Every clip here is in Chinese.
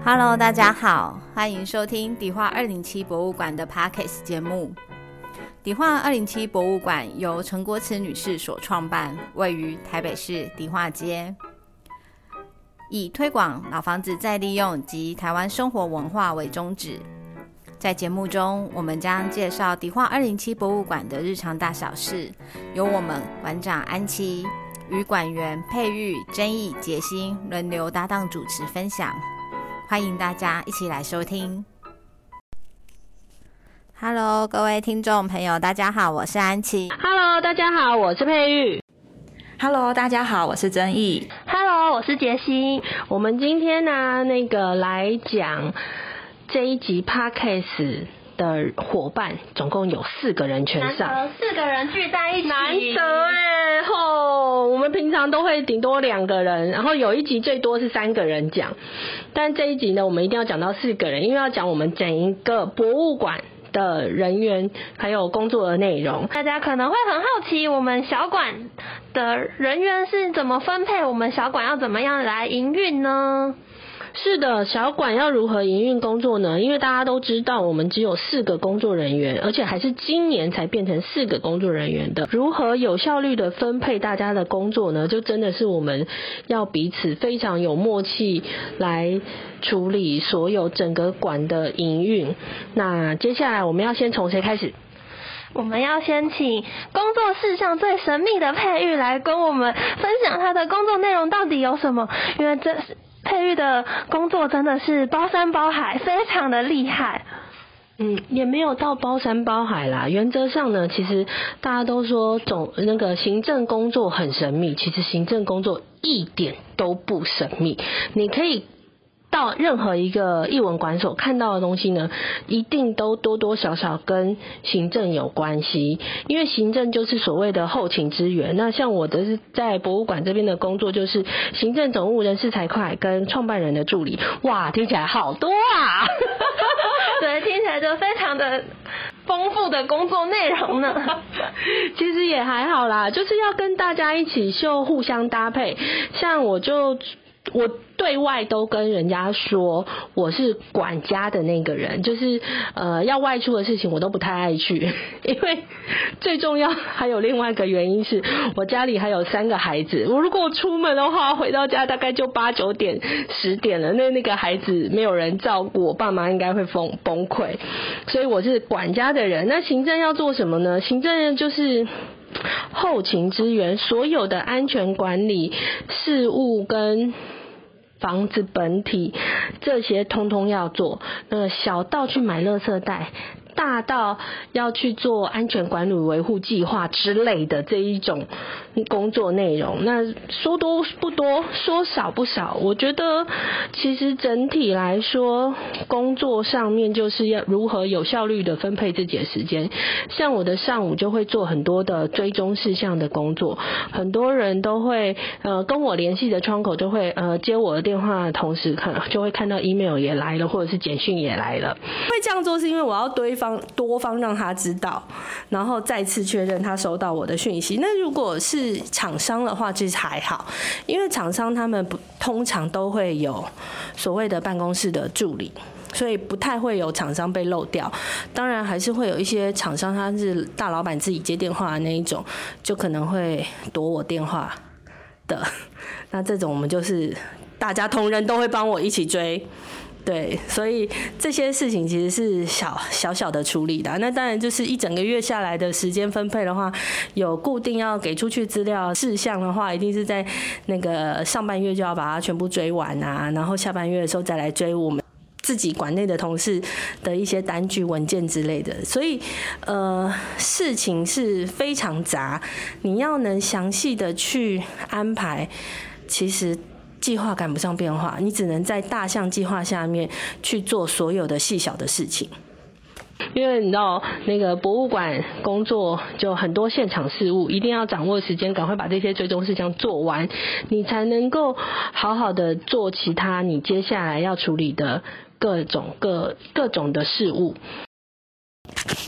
Hello， 大家好，欢迎收听迪化207博物馆的 Podcast 节目。迪化207博物馆由陈国慈女士所创办，位于台北市迪化街，以推广老房子再利用及台湾生活文化为宗旨。在节目中，我们将介绍迪化207博物馆的日常大小事，由我们馆长安琪与馆员佩玉、真义、杰心轮流搭档主持分享。欢迎大家一起来收听。Hello， 各位听众朋友，大家好，我是安琪。 Hello， 大家好，我是佩玉。 Hello， 大家好，我是真义。 Hello， 我是杰西。我们今天呢，来讲这一集 Podcast 的伙伴，总共有4个人全上， 难得4个人聚在一起， 难得我们平常都会顶多2个人，然后有一集最多是3个人讲，但这一集呢，我们一定要讲到4个人，因为要讲我们整一个博物馆的人员还有工作的内容。 大家可能会很好奇，我们小馆的人员是怎么分配，我们小馆要怎么样来营运呢？ 是的，小馆要如何营运工作呢？因为大家都知道我们只有4个工作人员，而且还是今年才变成4个工作人员的。如何有效率的分配大家的工作呢？就真的是我们要彼此非常有默契来处理所有整个馆的营运。那接下来我们要先从谁开始？ 我们要先请工作事项最神秘的佩玉来跟我们分享她的工作内容到底有什么，因为这佩玉的工作真的是包山包海，非常的厉害。 也没有到包山包海啦。原则上呢，其实大家都说行政工作很神秘，其实行政工作一点都不神秘。你可以到任何一个艺文馆所看到的东西呢，一定都多多少少跟行政有关系，因为行政就是所谓的后勤支援。那像我的是在博物馆这边的工作，就是行政总务、人事财会跟创办人的助理。哇，听起来好多啊！ 对，听起来就非常的丰富的工作内容呢。 其实也还好啦，就是要跟大家一起互相搭配。像我对外都跟人家说我是管家的那个人，就是要外出的事情我都不太爱去，因为最重要还有另外一个原因是我家里还有3个孩子，我如果出门的话回到家大概就8、9点、10点了，那个孩子没有人照顾，我爸妈应该会崩溃，所以我是管家的人。那行政要做什么呢？行政就是后勤支援，所有的安全管理事务跟房子本体这些通通要做，小到去买垃圾袋，大到要去做安全管理维护计划之类的这一种工作内容。那说多不多，说少不少，我觉得其实整体来说工作上面就是要如何有效率的分配自己的时间。像我的上午就会做很多的追踪事项的工作，很多人都会跟我联系的窗口就会接我的电话的同时就会看到 email 也来了，或者是简讯也来了。会这样做是因为我要多方让他知道，然后再次确认他收到我的讯息。那如果是厂商的话其实还好，因为厂商他们通常都会有所谓的办公室的助理，所以不太会有厂商被漏掉。当然还是会有一些厂商他是大老板自己接电话的那一种，就可能会躲我电话的，那这种我们就是大家同仁都会帮我一起追。对，所以这些事情其实是小小的处理的。那当然就是一整个月下来的时间分配的话，有固定要给出去资料事项的话，一定是在上半月就要把它全部追完啊，然后下半月的时候再来追我们自己馆内的同事的一些单据文件之类的。所以事情是非常杂，你要能详细的去安排，其实计划赶不上变化，你只能在大项计划下面去做所有的细小的事情。因为你知道博物馆工作就很多现场事务，一定要掌握时间，赶快把这些追踪事项做完，你才能够好好的做其他你接下来要处理的各种的事务。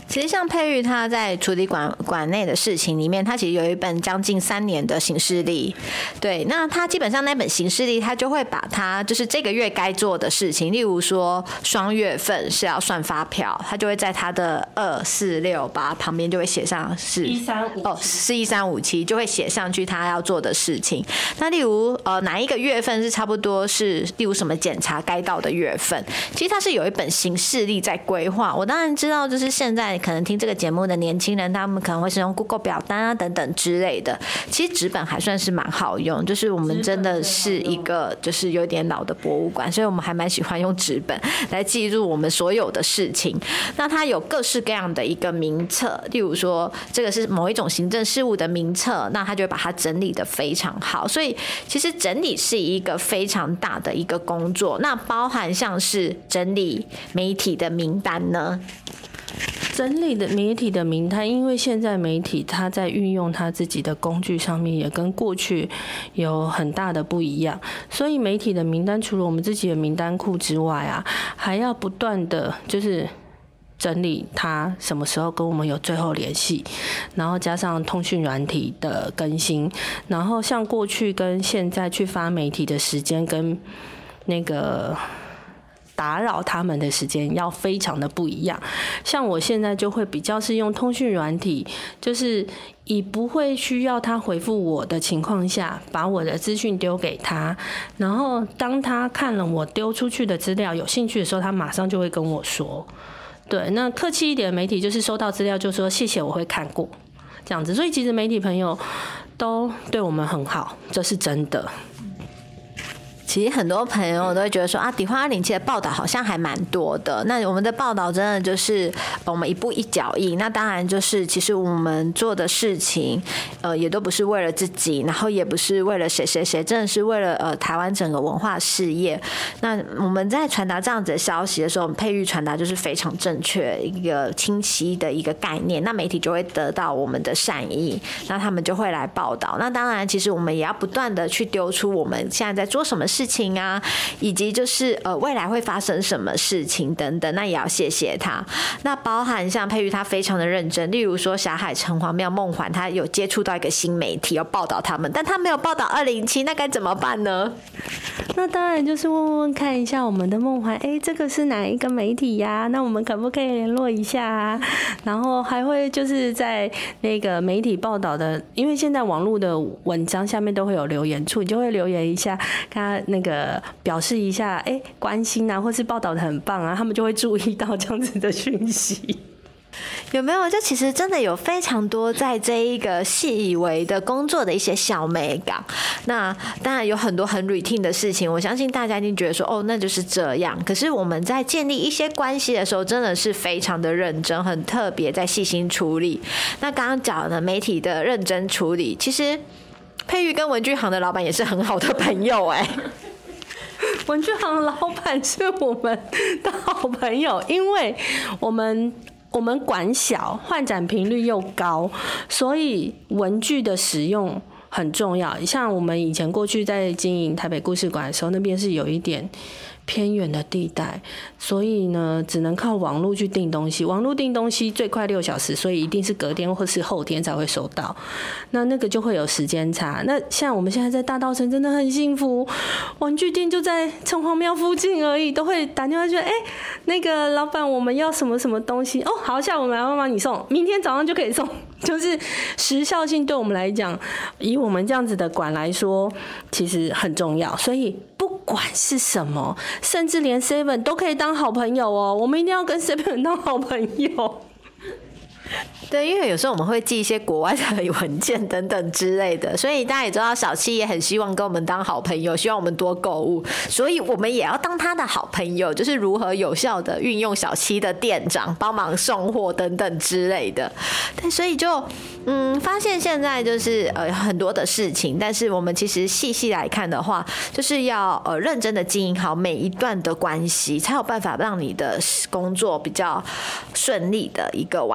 其实像佩玉他在处理馆内的事情里面，他其实有一本将近3年的行事历。对，那他基本上那本行事历，他就会把他就是这个月该做的事情，例如说双月份是要算发票，他就会在他的2、4、6、8旁边就会写上是1357，就会写上去他要做的事情。那例如哪一个月份是差不多是例如什么检查该到的月份，其实他是有一本行事历在规划。我当然知道，就是现在可能听这个节目的年轻人，他们可能会使用 Google 表单啊等等之类的。其实纸本还算是蛮好用，就是我们真的是一个就是有点老的博物馆，所以我们还蛮喜欢用纸本来记录我们所有的事情。那它有各式各样的一个名册，例如说这个是某一种行政事务的名册，那它就会把它整理得非常好。所以其实整理是一个非常大的一个工作，那包含像是整理媒体的名单呢？ 整理的媒体的名单，因为现在媒体它在运用它自己的工具上面也跟过去有很大的不一样，所以媒体的名单除了我们自己的名单库之外啊，还要不断的就是整理它什么时候跟我们有最后联系，然后加上通讯软体的更新，然后像过去跟现在去发媒体的时间跟那个打扰他们的时间要非常的不一样。像我现在就会比较是用通讯软体，就是以不会需要他回复我的情况下，把我的资讯丢给他，然后当他看了我丢出去的资料有兴趣的时候，他马上就会跟我说。对，那客气一点的媒体就是收到资料就说谢谢，我会看过这样子。所以其实媒体朋友都对我们很好，这是真的。 其实很多朋友都会觉得说啊，迪化207的报道好像还蛮多的。那我们的报道真的就是我们一步一脚印。那当然就是其实我们做的事情，也都不是为了自己，然后也不是为了谁谁谁，真的是为了台湾整个文化事业。那我们在传达这样子的消息的时候，我们佩玉传达就是非常正确一个清晰的一个概念，那媒体就会得到我们的善意，那他们就会来报道。那当然，其实我们也要不断的去丢出我们现在在做什么事情啊，以及就是未来会发生什么事情等等，那也要谢谢他。那包含像佩玉他非常的认真，例如说霞海城隍庙梦环，他有接触到一个新媒体要报道他们，但他没有报道207，那该怎么办呢？ 那当然就是问问看一下我们的梦环，这个是哪一个媒体呀？那我们可不可以联络一下啊？然后还会就是在那个媒体报道的，因为现在网络的文章下面都会有留言处，你就会留言一下，他那个表示一下，关心啊，或是报道的很棒啊，他们就会注意到这样子的讯息。 有没有？就其实真的有非常多在这一个细微的工作的一些小美感。那当然有很多很 routine 的事情，我相信大家一定觉得说，那就是这样。可是我们在建立一些关系的时候，真的是非常的认真，很特别，在细心处理。那刚刚讲的媒体的认真处理，其实佩玉跟文具行的老板也是很好的朋友文具行老板是我们的好朋友，因为我们馆小，换展频率又高，所以文具的使用很重要。像我们以前过去在经营台北故事馆的时候，那边是有一点偏远的地带，所以呢，只能靠网络去订东西。网络订东西最快6小时，所以一定是隔天或是后天才会收到。那个就会有时间差。那像我们现在在大稻埕真的很幸福，玩具店就在城隍庙附近而已，都会打电话说，那个老板我们要什么什么东西哦，好，下午我们来帮你送，明天早上就可以送。就是时效性对我们来讲，以我们这样子的馆来说，其实很重要。所以不管是什么，甚至连 Seven 都可以当好朋友哦。我们一定要跟 Seven 当好朋友。 对，因为有时候我们会寄一些国外的文件等等之类的，所以大家也知道小七也很希望跟我们当好朋友，希望我们多购物，所以我们也要当他的好朋友，就是如何有效的运用小七的店长帮忙送货等等之类的。对，所以就发现现在就是很多的事情，但是我们其实细细来看的话，就是要认真的经营好每一段的关系，才有办法让你的工作比较顺利的一个完成。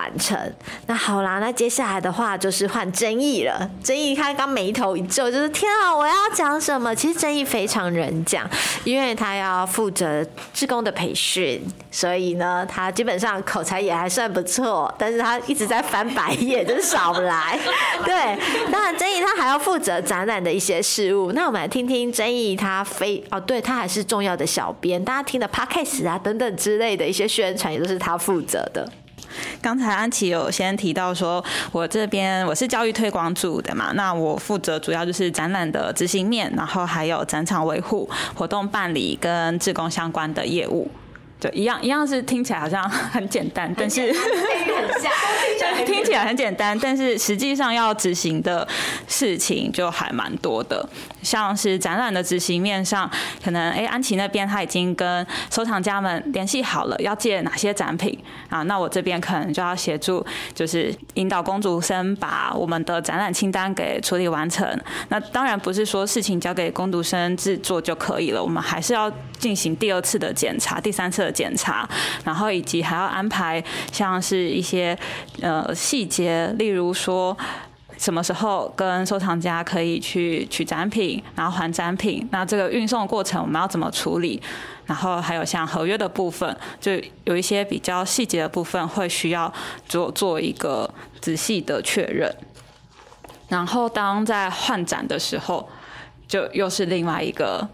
的。那好啦，那接下来的话就是换争议了。争议他刚眉头一皱，就是天啊，我要讲什么？其实争议非常人讲，因为他要负责志工的培训，所以呢，他基本上口才也还算不错，但是他一直在翻白眼，就是少不来。对，当然争议他还要负责展览的一些事务。那我们来听听争议他对，他还是重要的小编，大家听的 podcast 啊等等之类的一些宣传，也都是他负责的。 刚才安琪有先提到说，我这边我是教育推广组的嘛，那我负责主要就是展览的执行面，然后还有展场维护、活动办理跟志工相关的业务。对，一样是听起来好像很简单，但是听起来很简单，但是实际上要执行的事情就还蛮多的。像是展览的执行面上，可能安琪那边他已经跟收藏家们联系好了，要借哪些展品啊？那我这边可能就要协助，就是引导工读生把我们的展览清单给处理完成。那当然不是说事情交给工读生制作就可以了，我们还是要进行第2次的检查、第3次的检查，然后以及还要安排像是一些细节，例如说什么时候跟收藏家可以去取展品，然后还展品，那这个运送的过程我们要怎么处理，然后还有像合约的部分，就有一些比较细节的部分会需要做一个仔细的确认。然后当在换展的时候，就又是另外一个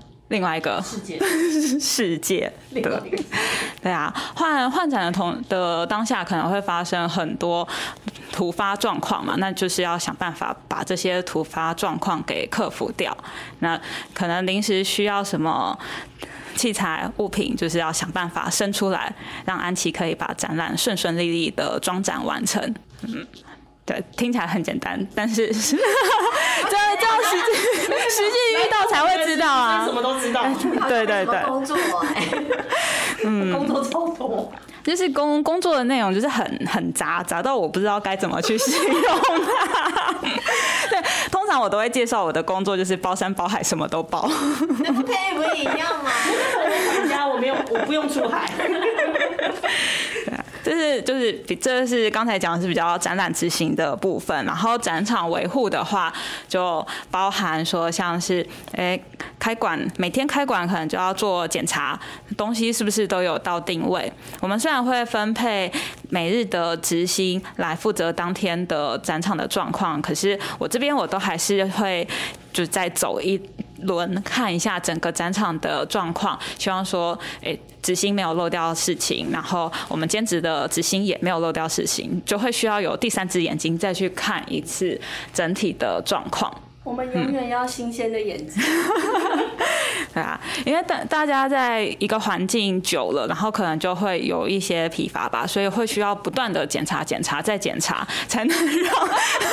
世界，对啊，换展的当下可能会发生很多突发状况嘛，那就是要想办法把这些突发状况给克服掉。那可能临时需要什么器材物品，就是要想办法生出来，让安琪可以把展览顺顺利利的装展完成。对，听起来很简单，但是这样实际遇到才会知道啊。 什么都知道。 对对对。 工作工作超多。 就是工作的内容就是很杂到我不知道该怎么去形容它。对，通常我都会介绍我的工作就是包山包海，什么都包。 那不可以不一样吗？ 我不用出海。 这是刚才讲的是比较展览执行的部分，然后展场维护的话，就包含说像是开馆，每天开馆可能就要做检查，东西是不是都有到定位。我们虽然会分配每日的执行来负责当天的展场的状况，可是我这边我都还是会就再走一轮看一下整个展场的状况，希望说执行没有漏掉事情，然后我们兼职的执行也没有漏掉事情，就会需要有第3只眼睛再去看一次整体的状况。 我们永远要新鲜的眼睛。 对啊，因为大家在一个环境久了，然后可能就会有一些疲乏吧，所以会需要不断的检查再检查，才能让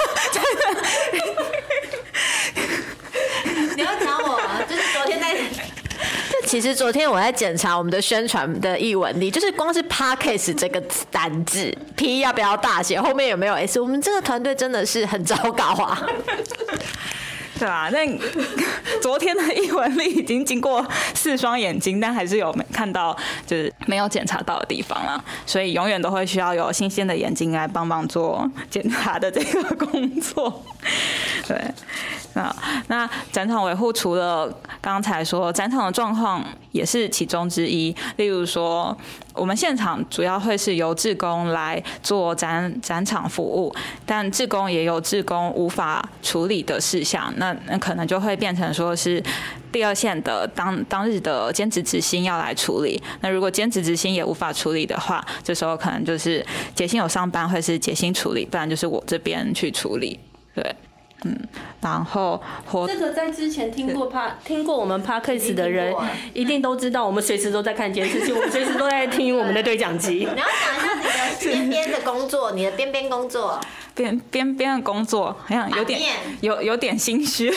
你要讲我，就是昨天在。其实昨天我在检查我们的宣传的译文里，就是光是 podcast 这个单字 P 要不要大写，后面有没有 S， 我们这个团队真的是很糟糕啊。 对啊，那昨天的译文里已经经过4双眼睛，但还是有看到就是没有检查到的地方啦，所以永远都会需要有新鲜的眼睛来帮忙做检查的这个工作。对，那展场维护除了刚才说展场的状况也是其中之一，例如说我们现场主要会是由志工来做展场服务，但志工也有志工无法处理的事项，那可能就会变成说是第2线的当日的兼职执行要来处理。那如果兼职执行也无法处理的话，这时候可能就是杰心有上班会是杰心处理，不然就是我这边去处理。对，然后这个在之前听过我们 podcast 的人一定都知道，我们随时都在看监视器，我们随时都在听我们的对讲机。 你要讲一下你的边边的工作，你的边边工作。 边的工作好像有点心虚。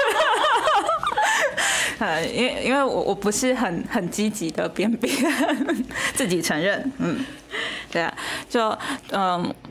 因为我不是很积极的边边，自己承认。对啊，就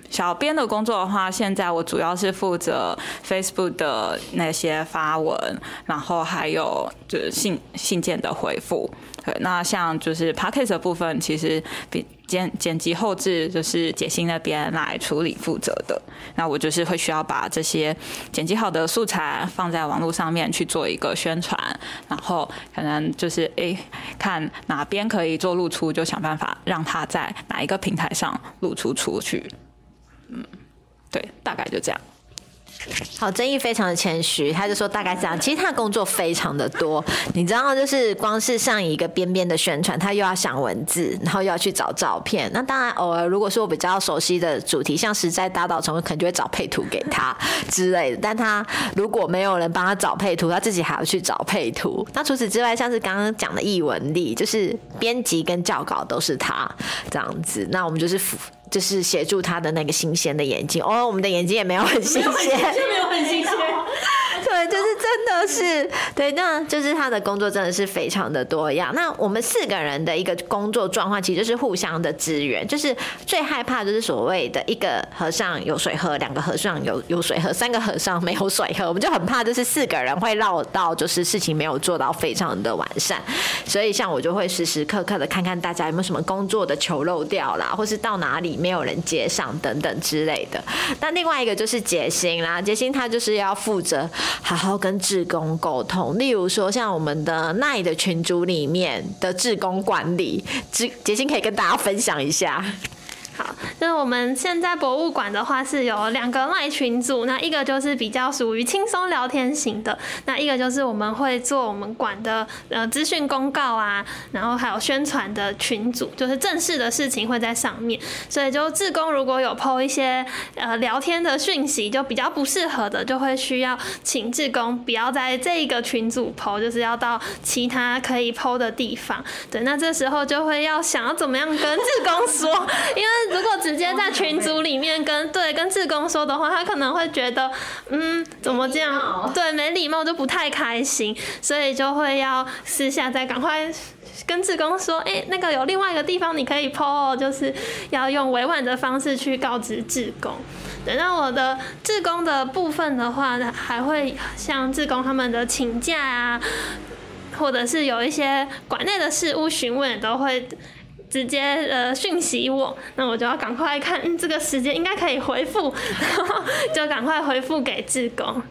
小编的工作的话，现在我主要是负责 Facebook 的那些发文，然后还有就是信件的回复。对，那像就是 Podcast 的部分，其实比剪辑后制就是杰心那边来处理负责的。那我就是会需要把这些剪辑好的素材放在网络上面去做一个宣传，然后可能就是看哪边可以做露出，就想办法让它在哪一个平台上露出出去。对，大概就这样。 好，曾毅非常的谦虚，他就说大概这样。其实他的工作非常的多，你知道，就是光是上一个边边的宣传，他又要想文字，然后又要去找照片。那当然，偶尔如果说我比较熟悉的主题，像实在大道城，我可能就会找配图给他之类的。但他如果没有人帮他找配图，他自己还要去找配图。那除此之外，像是刚刚讲的译文力，就是编辑跟校稿都是他这样子。那我们就是协助他的那个新鲜的眼睛。我们的眼睛也没有很新鲜， 没有很新鲜。 对，就是真的是对，那就是他的工作真的是非常的多样。那我们4个人的一个工作状况，其实就是互相的支援。就是最害怕就是所谓的一个和尚有水喝，2个和尚有水喝，3个和尚没有水喝，我们就很怕就是4个人会绕到就是事情没有做到非常的完善。所以像我就会时时刻刻的看看大家有没有什么工作的球漏掉啦，或是到哪里没有人接上等等之类的。那另外一个就是杰心啦，杰心他就是要负责好好跟志工沟通，例如说像我们的NINE的群组里面的志工管理，杰心可以跟大家分享一下。 好，就是我们现在博物馆的话是有2个LINE群组，那一个就是比较属于轻松聊天型的，那一个就是我们会做我们馆的资讯公告啊，然后还有宣传的群组，就是正式的事情会在上面，所以就志工如果有 po 一些聊天的讯息，就比较不适合的，就会需要请志工不要在这一个群组 po， 就是要到其他可以 po 的地方。对，那这时候就会要想要怎么样跟志工说，因为如果直接在群组里面跟志工说的话，他可能会觉得怎么这样，对，没礼貌，就不太开心，所以就会要私下再赶快跟志工说，那个有另外一个地方你可以 po， 就是要用委婉的方式去告知志工。对，那我的志工的部分的话，还会像志工他们的请假啊，或者是有一些馆内的事务询问，也都会直接讯息我，那我就要赶快看这个时间应该可以回复，然后就赶快回复给志工。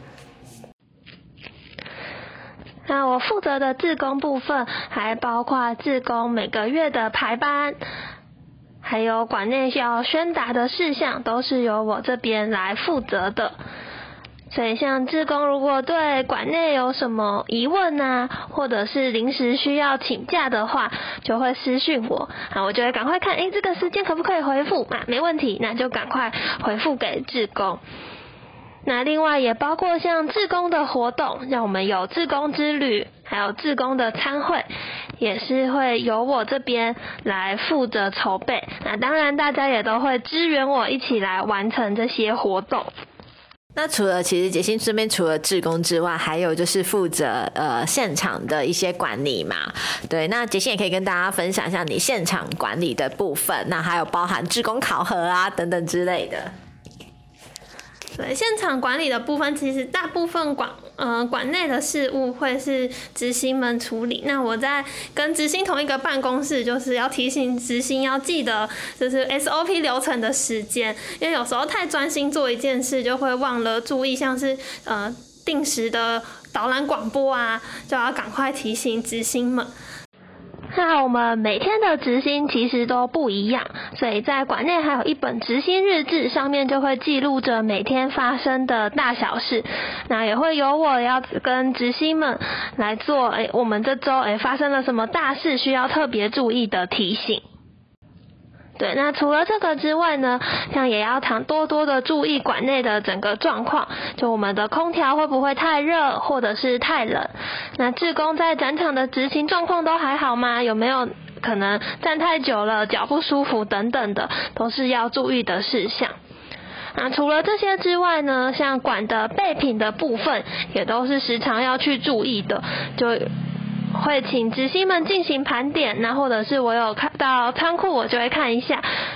那我负责的志工部分还包括志工每个月的排班，还有馆内要宣达的事项都是由我这边来负责的。所以像志工如果对馆内有什么疑问啊，或者是临时需要请假的话，就会私讯我，我就会赶快看这个时间可不可以回复，没问题，那就赶快回复给志工。那另外也包括像志工的活动，像我们有志工之旅，还有志工的餐会，也是会由我这边来负责筹备。那当然大家也都会支援我一起来完成这些活动。 那除了其实杰心这边除了志工之外，还有就是负责现场的一些管理嘛。对，那杰心也可以跟大家分享一下你现场管理的部分，那还有包含志工考核啊等等之类的。 对，现场管理的部分，其实大部分馆内的事务会是执行们处理。那我在跟执行同一个办公室，就是要提醒执行要记得就是 SOP 流程的时间，因为有时候太专心做一件事，就会忘了注意，像是定时的导览广播啊，就要赶快提醒执行们。那我们每天的执行其实都不一样，所以在馆内还有一本执行日志，上面就会记录着每天发生的大小事。那也会由我要跟执行们来做，我们这周发生了什么大事需要特别注意的提醒。对，那除了这个之外呢，像也要多多的注意馆内的整个状况，就我们的空调会不会太热或者是太冷，那志工在展场的执行状况都还好吗？有没有可能站太久了脚不舒服等等的，都是要注意的事项。那除了这些之外呢，像馆的备品的部分也都是时常要去注意的，就会请执行们进行盘点，那或者是我有看到仓库，我就会看一下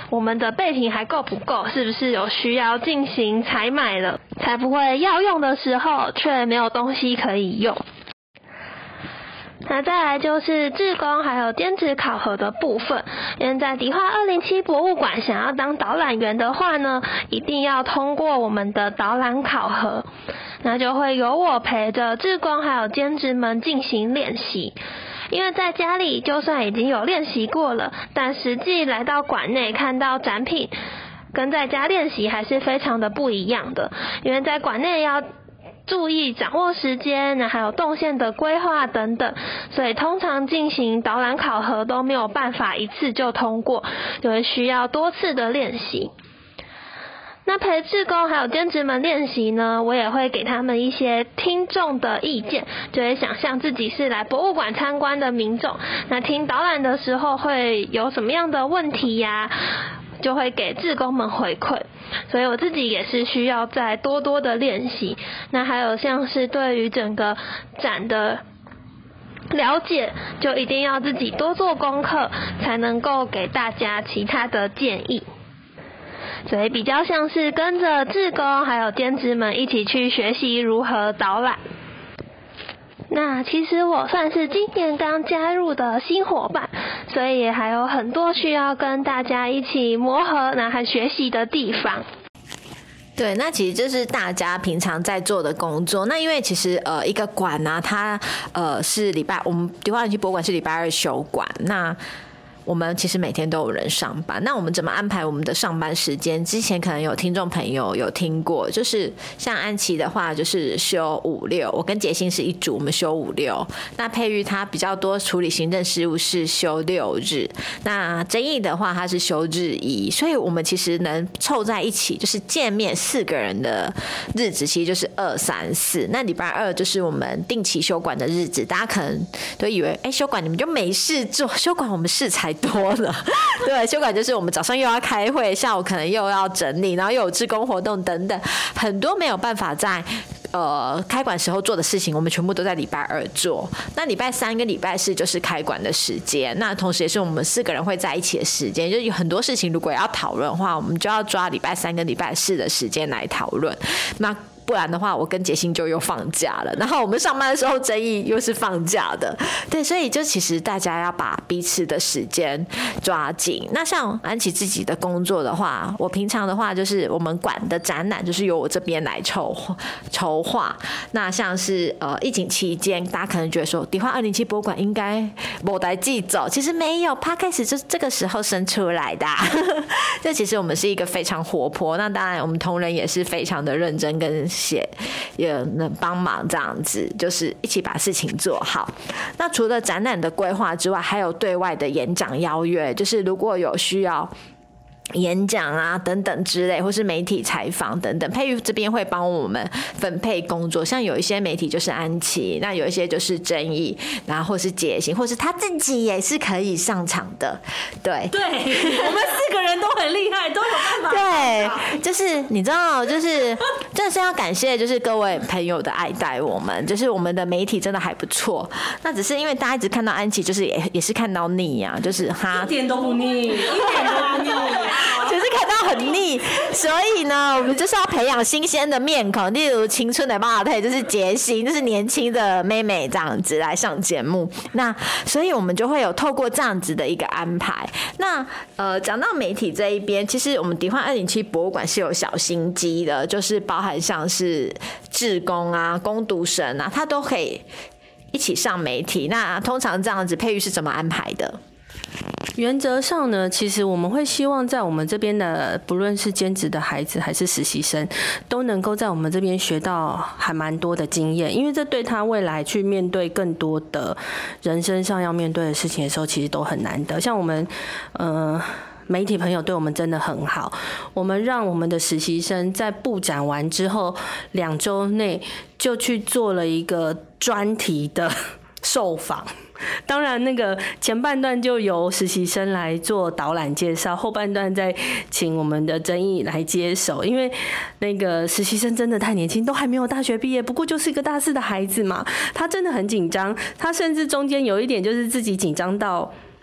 我们的备品还够不够，是不是有需要进行采买了，才不会要用的时候却没有东西可以用。那再来就是志工还有兼职考核的部分，因为在迪化207博物馆想要当导览员的话呢，一定要通过我们的导览考核，那就会由我陪着志工还有兼职们进行练习。因为在家里就算已经有练习过了，但实际来到馆内看到展品，跟在家练习还是非常的不一样的。因为在馆内要注意掌握时间，还有动线的规划等等，所以通常进行导览考核都没有办法一次就通过，就会需要多次的练习。那陪志工还有兼职们练习呢，我也会给他们一些听众的意见，就会想象自己是来博物馆参观的民众，那听导览的时候会有什么样的问题呀，就会给志工们回馈，所以我自己也是需要再多多的练习。那还有像是对于整个展的了解，就一定要自己多做功课，才能够给大家其他的建议。所以比较像是跟着志工还有兼职们一起去学习如何导览。那其实我算是今年刚加入的新伙伴，所以也还有很多需要跟大家一起磨合和学习的地方。 对，那其实就是大家平常在做的工作。那因为其实一个馆啊，它是我们迪化207博物馆是礼拜2休馆，那我们其实每天都有人上班，那我们怎么安排我们的上班时间？之前可能有听众朋友有听过，就是像安琪的话，就是休5、6，我跟杰心是一组，我们休5、6。那佩玉他比较多处理行政事务是休6日，那争议的话他是休日1，所以我们其实能凑在一起，就是见面4个人的日子，其实就是2、3、4。那礼拜2就是我们定期休馆的日子，大家可能都以为，休馆你们就没事做，休馆我们事才多了。对，休馆就是我们早上又要开会，下午可能又要整理，然后又有志工活动等等，很多没有办法在开馆时候做的事情，我们全部都在礼拜2做。那礼拜3跟礼拜4就是开馆的时间，那同时也是我们4个人会在一起的时间。就有很多事情如果要讨论的话，我们就要抓礼拜3跟礼拜4的时间来讨论。那不然的话，我跟杰心就又放假了，然后我们上班的时候争议又是放假的，对，所以就其实大家要把彼此的时间抓紧。那像安琪自己的工作的话，我平常的话就是我们馆的展览就是由我这边来筹划。那像是疫情期间，大家可能觉得说迪化207博物馆应该没代志做，其实没有 Podcast 就是这个时候生出来的这其实我们是一个非常活泼，那当然我们同仁也是非常的认真跟也能帮忙，这样子就是一起把事情做好。那除了展览的规划之外，还有对外的演讲邀约，就是如果有需要演讲啊等等之类，或是媒体采访等等，佩玉这边会帮我们分配工作，像有一些媒体就是安琪，那有一些就是争议，然后或是杰心，或是他自己也是可以上场的。对， 我们4个人都很厉害，都有办法。 对，就是你知道，就是真的是要感谢，就是各位朋友的爱戴我们，就是我们的媒体真的还不错。那只是因为大家一直看到安琪，就是也是看到腻啊，就是一点都不腻，一点都不腻。 就是看到很腻，所以呢，我们就是要培养新鲜的面孔，例如青春的妈妈配，就是杰心，就是年轻的妹妹这样子来上节目。那所以我们就会有透过这样子的一个安排。那讲到媒体这一边，其实我们迪化207博物馆是有小心机的，就是包含像是志工啊、工读生啊，他都可以一起上媒体。那通常这样子，佩玉是怎么安排的？ 原则上呢，其实我们会希望在我们这边的，不论是兼职的孩子还是实习生，都能够在我们这边学到还蛮多的经验，因为这对他未来去面对更多的人生上要面对的事情的时候，其实都很难得。像我们媒体朋友对我们真的很好，我们让我们的实习生在布展完之后2周内就去做了一个专题的受访。当然那个前半段就由实习生来做导览介绍，后半段再请我们的争议来接手，因为那个实习生真的太年轻，都还没有大学毕业，不过就是一个大4的孩子嘛，他真的很紧张，他甚至中间有一点就是自己紧张到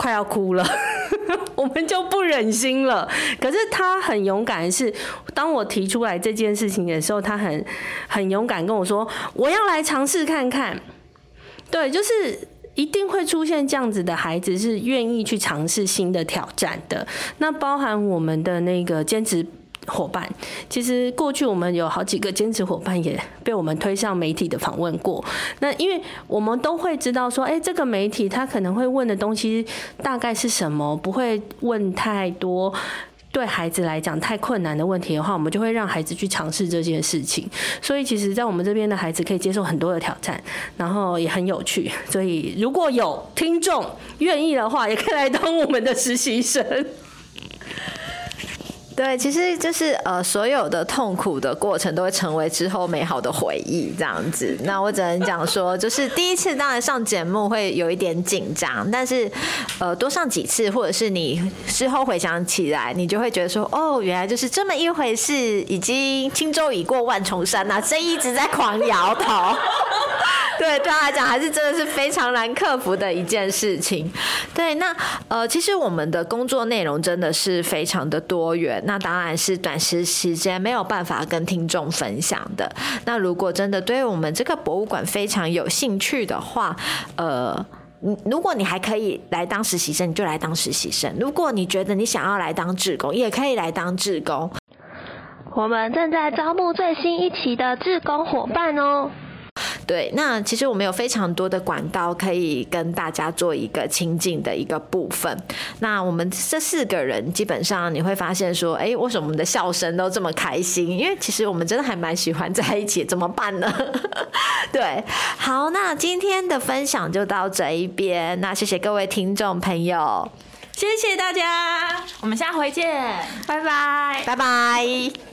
快要哭了，我们就不忍心了。可是他很勇敢的是，当我提出来这件事情的时候，他很勇敢跟我说，我要来尝试看看。对，就是一定会出现这样子的孩子，是愿意去尝试新的挑战的。那包含我们的那个兼职伙伴，其实过去我们有好几个兼职伙伴也被我们推上媒体的访问过。那因为我们都会知道说，这个媒体他可能会问的东西大概是什么，不会问太多对孩子来讲太困难的问题的话，我们就会让孩子去尝试这件事情。所以其实在我们这边的孩子可以接受很多的挑战，然后也很有趣。所以如果有听众愿意的话，也可以来当我们的实习生。 对，其实就是所有的痛苦的过程都会成为之后美好的回忆，这样子。那我只能讲说，就是第一次当然上节目会有一点紧张，但是多上几次，或者是你事后回想起来，你就会觉得说，哦，原来就是这么一回事，已经轻舟已过万重山啊，所以一直在狂摇头。对，对他来讲还是真的是非常难克服的一件事情。对，那其实我们的工作内容真的是非常的多元，那当然是短时间没有办法跟听众分享的。那如果真的对我们这个博物馆非常有兴趣的话，如果你还可以来当实习生，你就来当实习生；如果你觉得你想要来当志工，也可以来当志工。 我们正在招募最新一期的志工伙伴哦。 对，那其实我们有非常多的管道可以跟大家做一个亲近的一个部分。那我们这4个人基本上你会发现说，为什么我们的笑声都这么开心？因为其实我们真的还蛮喜欢在一起，怎么办呢？对，好，那今天的分享就到这一边。那谢谢各位听众朋友， 谢谢大家，我们下回见， 拜拜， 拜拜。